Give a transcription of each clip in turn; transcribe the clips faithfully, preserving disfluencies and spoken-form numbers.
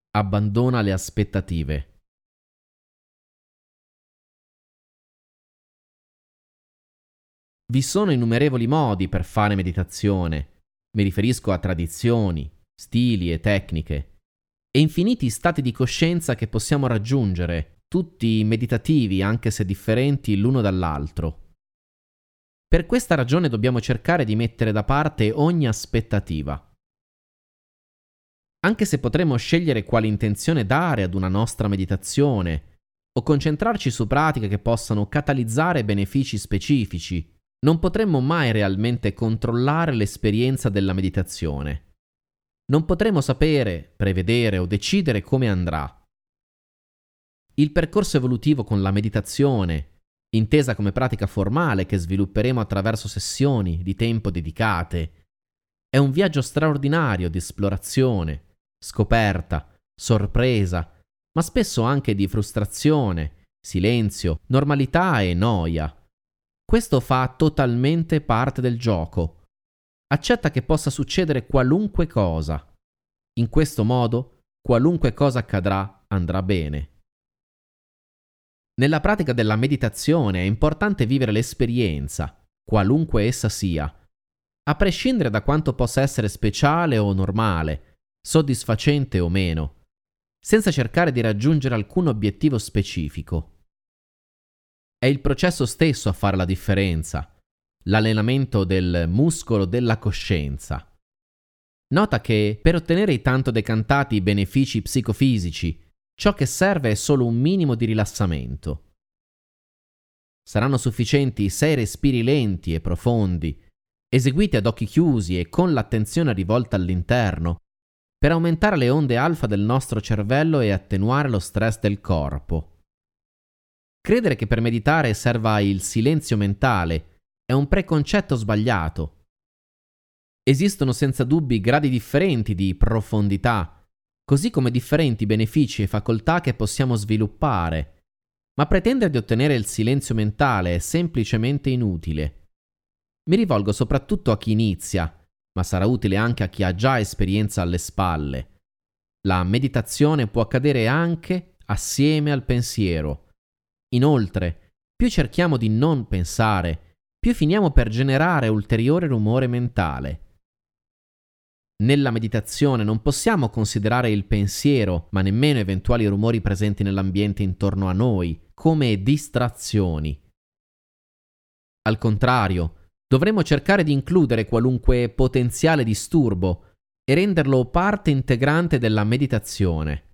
Abbandona le aspettative. Vi sono innumerevoli modi per fare meditazione. Mi riferisco a tradizioni, stili e tecniche, e infiniti stati di coscienza che possiamo raggiungere, tutti meditativi anche se differenti l'uno dall'altro. Per questa ragione dobbiamo cercare di mettere da parte ogni aspettativa. Anche se potremo scegliere quale intenzione dare ad una nostra meditazione o concentrarci su pratiche che possano catalizzare benefici specifici, non potremmo mai realmente controllare l'esperienza della meditazione. Non potremo sapere, prevedere o decidere come andrà. Il percorso evolutivo con la meditazione, intesa come pratica formale che svilupperemo attraverso sessioni di tempo dedicate, è un viaggio straordinario di esplorazione, scoperta, sorpresa, ma spesso anche di frustrazione, silenzio, normalità e noia. Questo fa totalmente parte del gioco. Accetta che possa succedere qualunque cosa. In questo modo, qualunque cosa accadrà, andrà bene. Nella pratica della meditazione è importante vivere l'esperienza, qualunque essa sia, a prescindere da quanto possa essere speciale o normale, soddisfacente o meno, senza cercare di raggiungere alcun obiettivo specifico. È il processo stesso a fare la differenza, l'allenamento del muscolo della coscienza. Nota che per ottenere i tanto decantati benefici psicofisici, ciò che serve è solo un minimo di rilassamento. Saranno sufficienti sei respiri lenti e profondi, eseguiti ad occhi chiusi e con l'attenzione rivolta all'interno, per aumentare le onde alfa del nostro cervello e attenuare lo stress del corpo. Credere che per meditare serva il silenzio mentale è un preconcetto sbagliato. Esistono senza dubbi gradi differenti di profondità, così come differenti benefici e facoltà che possiamo sviluppare, ma pretendere di ottenere il silenzio mentale è semplicemente inutile. Mi rivolgo soprattutto a chi inizia, ma sarà utile anche a chi ha già esperienza alle spalle. La meditazione può accadere anche assieme al pensiero. Inoltre, più cerchiamo di non pensare, più finiamo per generare ulteriore rumore mentale. Nella meditazione non possiamo considerare il pensiero, ma nemmeno eventuali rumori presenti nell'ambiente intorno a noi, come distrazioni. Al contrario, dovremmo cercare di includere qualunque potenziale disturbo e renderlo parte integrante della meditazione.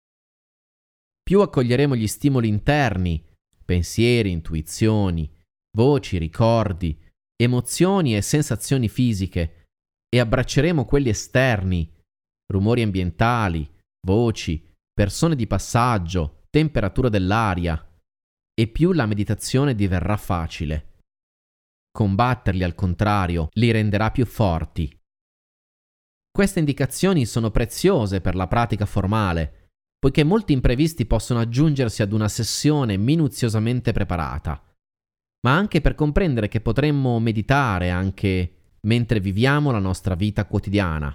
Più accoglieremo gli stimoli interni, pensieri, intuizioni, voci, ricordi, emozioni e sensazioni fisiche, e abbracceremo quelli esterni, rumori ambientali, voci, persone di passaggio, temperatura dell'aria, e più la meditazione diverrà facile. Combatterli, al contrario, li renderà più forti. Queste indicazioni sono preziose per la pratica formale, poiché molti imprevisti possono aggiungersi ad una sessione minuziosamente preparata, ma anche per comprendere che potremmo meditare anche mentre viviamo la nostra vita quotidiana.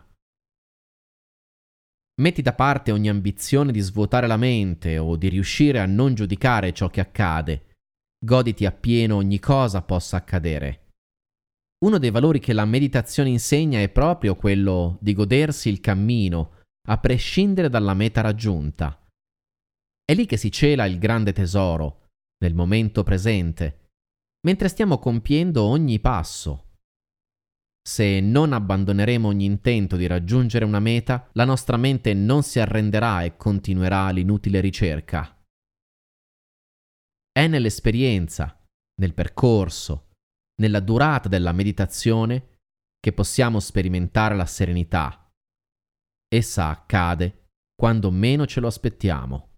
Metti da parte ogni ambizione di svuotare la mente o di riuscire a non giudicare ciò che accade. Goditi appieno ogni cosa possa accadere. Uno dei valori che la meditazione insegna è proprio quello di godersi il cammino, a prescindere dalla meta raggiunta. È lì che si cela il grande tesoro, nel momento presente, mentre stiamo compiendo ogni passo. Se non abbandoneremo ogni intento di raggiungere una meta, la nostra mente non si arrenderà e continuerà l'inutile ricerca. È nell'esperienza, nel percorso, nella durata della meditazione che possiamo sperimentare la serenità. Essa accade quando meno ce lo aspettiamo.